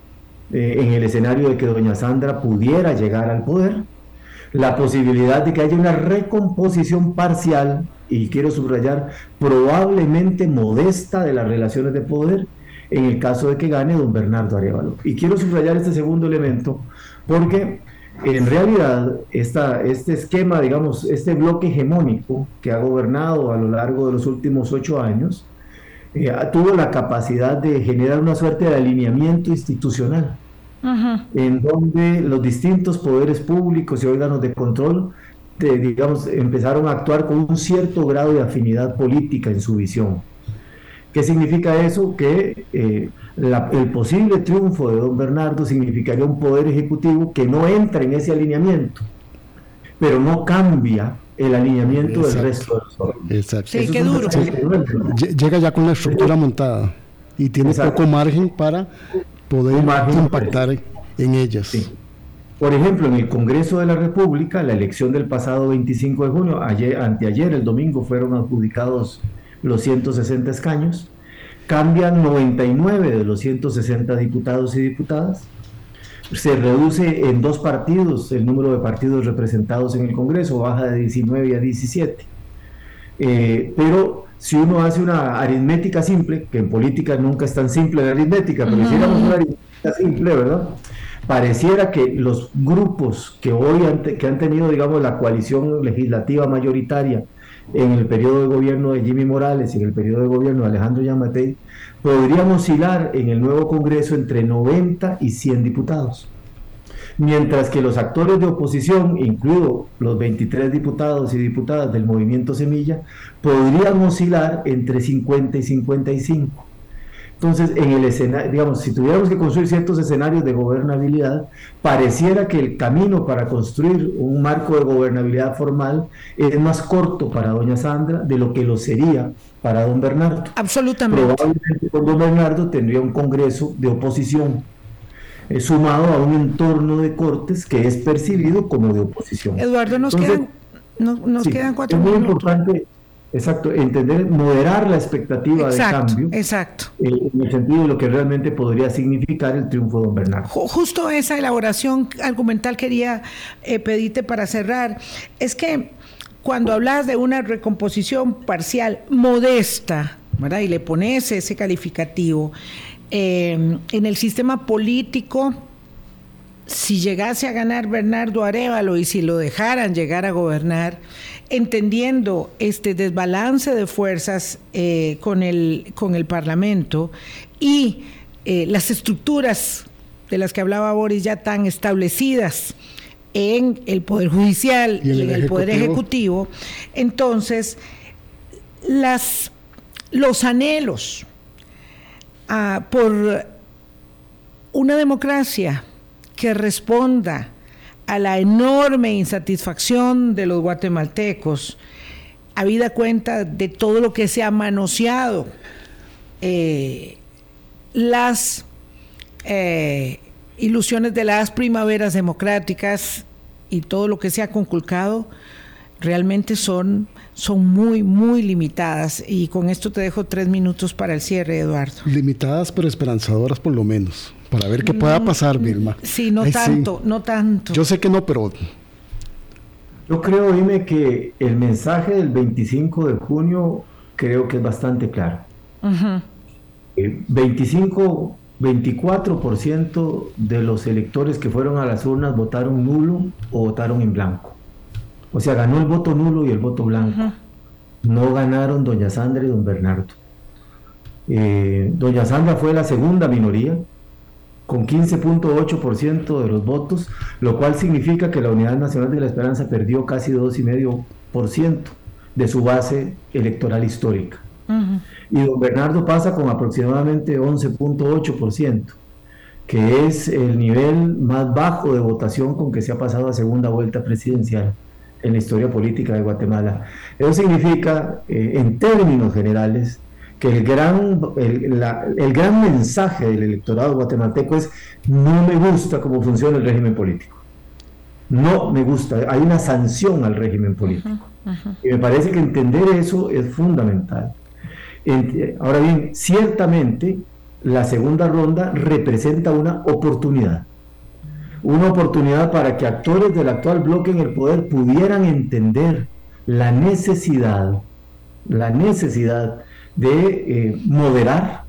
eh, en el escenario de que doña Sandra pudiera llegar al poder, la posibilidad de que haya una recomposición parcial, y quiero subrayar, probablemente modesta, de las relaciones de poder, en el caso de que gane don Bernardo Arévalo. Y quiero subrayar este segundo elemento, porque en realidad esta, este esquema, digamos, este bloque hegemónico que ha gobernado a lo largo de los últimos ocho años, eh, tuvo la capacidad de generar una suerte de alineamiento institucional, uh-huh. en donde los distintos poderes públicos y órganos de control, de, digamos, empezaron a actuar con un cierto grado de afinidad política en su visión. ¿Qué significa eso? Que eh, la, el posible triunfo de don Bernardo significaría un poder ejecutivo que no entra en ese alineamiento, pero no cambia el alineamiento Exacto. del resto de los órganos. Exacto. Sí, qué duro. Sí. Llega ya con la estructura montada y tiene Exacto. poco margen para poder margen impactar para en ellas. Sí. Por ejemplo, en el Congreso de la República, la elección del pasado veinticinco de junio, ayer, anteayer, el domingo, fueron adjudicados los ciento sesenta escaños, cambian noventa y nueve de los ciento sesenta diputados y diputadas, se reduce en dos partidos el número de partidos representados en el Congreso, baja de diecinueve a diecisiete. Eh, pero si uno hace una aritmética simple, que en política nunca es tan simple la aritmética, pero uh-huh. si hiciéramos una aritmética simple, ¿verdad?, pareciera que los grupos que hoy han, que han tenido, digamos, la coalición legislativa mayoritaria en el periodo de gobierno de Jimmy Morales y en el periodo de gobierno de Alejandro Yamatei, podrían oscilar en el nuevo Congreso entre noventa y cien diputados. Mientras que los actores de oposición, incluidos los veintitrés diputados y diputadas del Movimiento Semilla, podrían oscilar entre cincuenta y cincuenta y cinco. Entonces, en el escenario, digamos, si tuviéramos que construir ciertos escenarios de gobernabilidad, pareciera que el camino para construir un marco de gobernabilidad formal es más corto para doña Sandra de lo que lo sería para don Bernardo. Absolutamente. Probablemente con don Bernardo tendría un congreso de oposición, eh, sumado a un entorno de cortes que es percibido como de oposición. Eduardo, nos Entonces, quedan, no, nos sí, quedan cuatro es muy minutos. Importante. Exacto, entender, moderar la expectativa exacto, de cambio, exacto. Eh, en el sentido de lo que realmente podría significar el triunfo de don Bernardo. Justo esa elaboración argumental quería eh, pedirte para cerrar. Es que cuando hablas de una recomposición parcial modesta, ¿verdad? Y le pones ese calificativo, eh, en el sistema político, si llegase a ganar Bernardo Arévalo y si lo dejaran llegar a gobernar, entendiendo este desbalance de fuerzas eh, con el, con el Parlamento y eh, las estructuras de las que hablaba Boris ya tan establecidas en el Poder Judicial y, y en el Poder Ejecutivo, entonces las, los anhelos ah, por una democracia que responda a la enorme insatisfacción de los guatemaltecos, habida cuenta de todo lo que se ha manoseado, eh, las eh, ilusiones de las primaveras democráticas y todo lo que se ha conculcado, realmente son, son muy, muy limitadas. Y con esto te dejo tres minutos para el cierre, Eduardo. Limitadas pero esperanzadoras por lo menos, para ver qué pueda pasar, Vilma. Sí, no Ay, tanto, sí. no tanto. Yo sé que no, pero... Yo creo, dime, que el mensaje del veinticinco de junio creo que es bastante claro. Uh-huh. Eh, veinticinco, veinticuatro por ciento de los electores que fueron a las urnas votaron nulo o votaron en blanco. O sea, ganó el voto nulo y el voto blanco. Uh-huh. No ganaron doña Sandra y don Bernardo. Eh, doña Sandra fue la segunda minoría, con quince punto ocho por ciento de los votos, lo cual significa que la Unidad Nacional de la Esperanza perdió casi dos coma cinco por ciento de su base electoral histórica. Uh-huh. Y don Bernardo pasa con aproximadamente once punto ocho por ciento, que es el nivel más bajo de votación con que se ha pasado a segunda vuelta presidencial en la historia política de Guatemala. Eso significa, eh, en términos generales, que el gran, el, la, el gran mensaje del electorado guatemalteco es: no me gusta cómo funciona el régimen político. No me gusta, hay una sanción al régimen político. Uh-huh, uh-huh. Y me parece que entender eso es fundamental. En, ahora bien, ciertamente la segunda ronda representa una oportunidad. Una oportunidad para que actores del actual bloque en el poder pudieran entender la necesidad, la necesidad de eh, moderar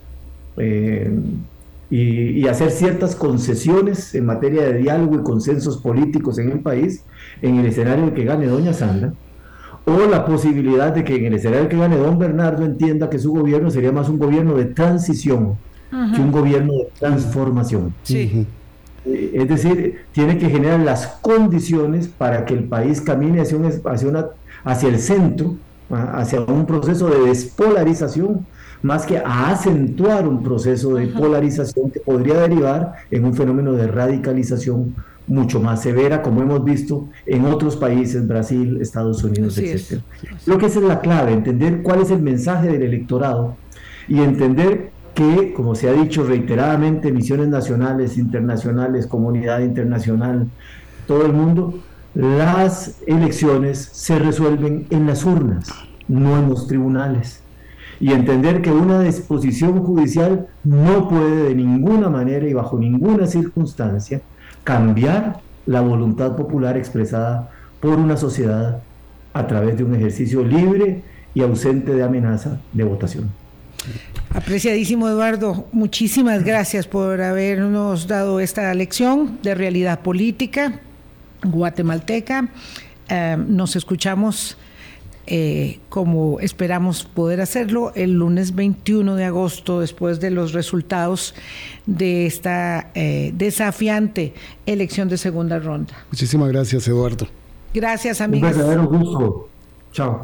eh, y, y hacer ciertas concesiones en materia de diálogo y consensos políticos en el país, en el escenario de que gane doña Sandra, o la posibilidad de que en el escenario de que gane don Bernardo entienda que su gobierno sería más un gobierno de transición uh-huh. que un gobierno de transformación. Sí. Uh-huh. Es decir, tiene que generar las condiciones para que el país camine hacia, un, hacia, una, hacia el centro, hacia un proceso de despolarización, más que a acentuar un proceso de polarización que podría derivar en un fenómeno de radicalización mucho más severa, como hemos visto en otros países, Brasil, Estados Unidos, Así etcétera. Es. Creo que esa es la clave, entender cuál es el mensaje del electorado y entender que, como se ha dicho reiteradamente, misiones nacionales, internacionales, comunidad internacional, todo el mundo, las elecciones se resuelven en las urnas, no en los tribunales. Y entender que una disposición judicial no puede de ninguna manera y bajo ninguna circunstancia cambiar la voluntad popular expresada por una sociedad a través de un ejercicio libre y ausente de amenaza de votación. Apreciadísimo Eduardo, muchísimas gracias por habernos dado esta lección de realidad política guatemalteca. Eh, nos escuchamos eh, como esperamos poder hacerlo el lunes veintiuno de agosto, después de los resultados de esta eh, desafiante elección de segunda ronda. Muchísimas gracias, Eduardo. Gracias, amigos. Un verdadero gusto. Chao.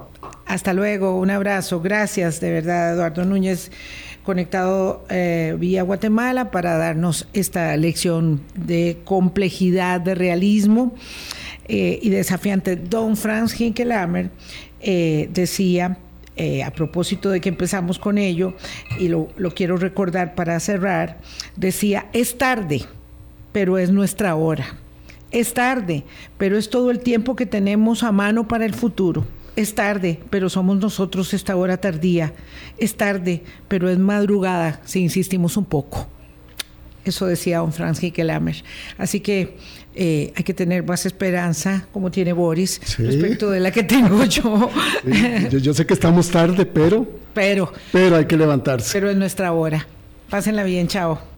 Hasta luego, un abrazo. Gracias, de verdad, Eduardo Núñez, conectado eh, vía Guatemala para darnos esta lección de complejidad, de realismo eh, y desafiante. Don Franz Hinckelhammer eh, decía, eh, a propósito de que empezamos con ello, y lo, lo quiero recordar para cerrar, decía, es tarde, pero es nuestra hora. Es tarde, pero es todo el tiempo que tenemos a mano para el futuro. Es tarde, pero somos nosotros esta hora tardía. Es tarde, pero es madrugada si insistimos un poco. Eso decía don Franz Hinckelhammer. Así que eh, hay que tener más esperanza, como tiene Boris, sí, respecto de la que tengo yo. Sí, yo. Yo sé que estamos tarde, pero, pero, pero hay que levantarse. Pero es nuestra hora. Pásenla bien, chao.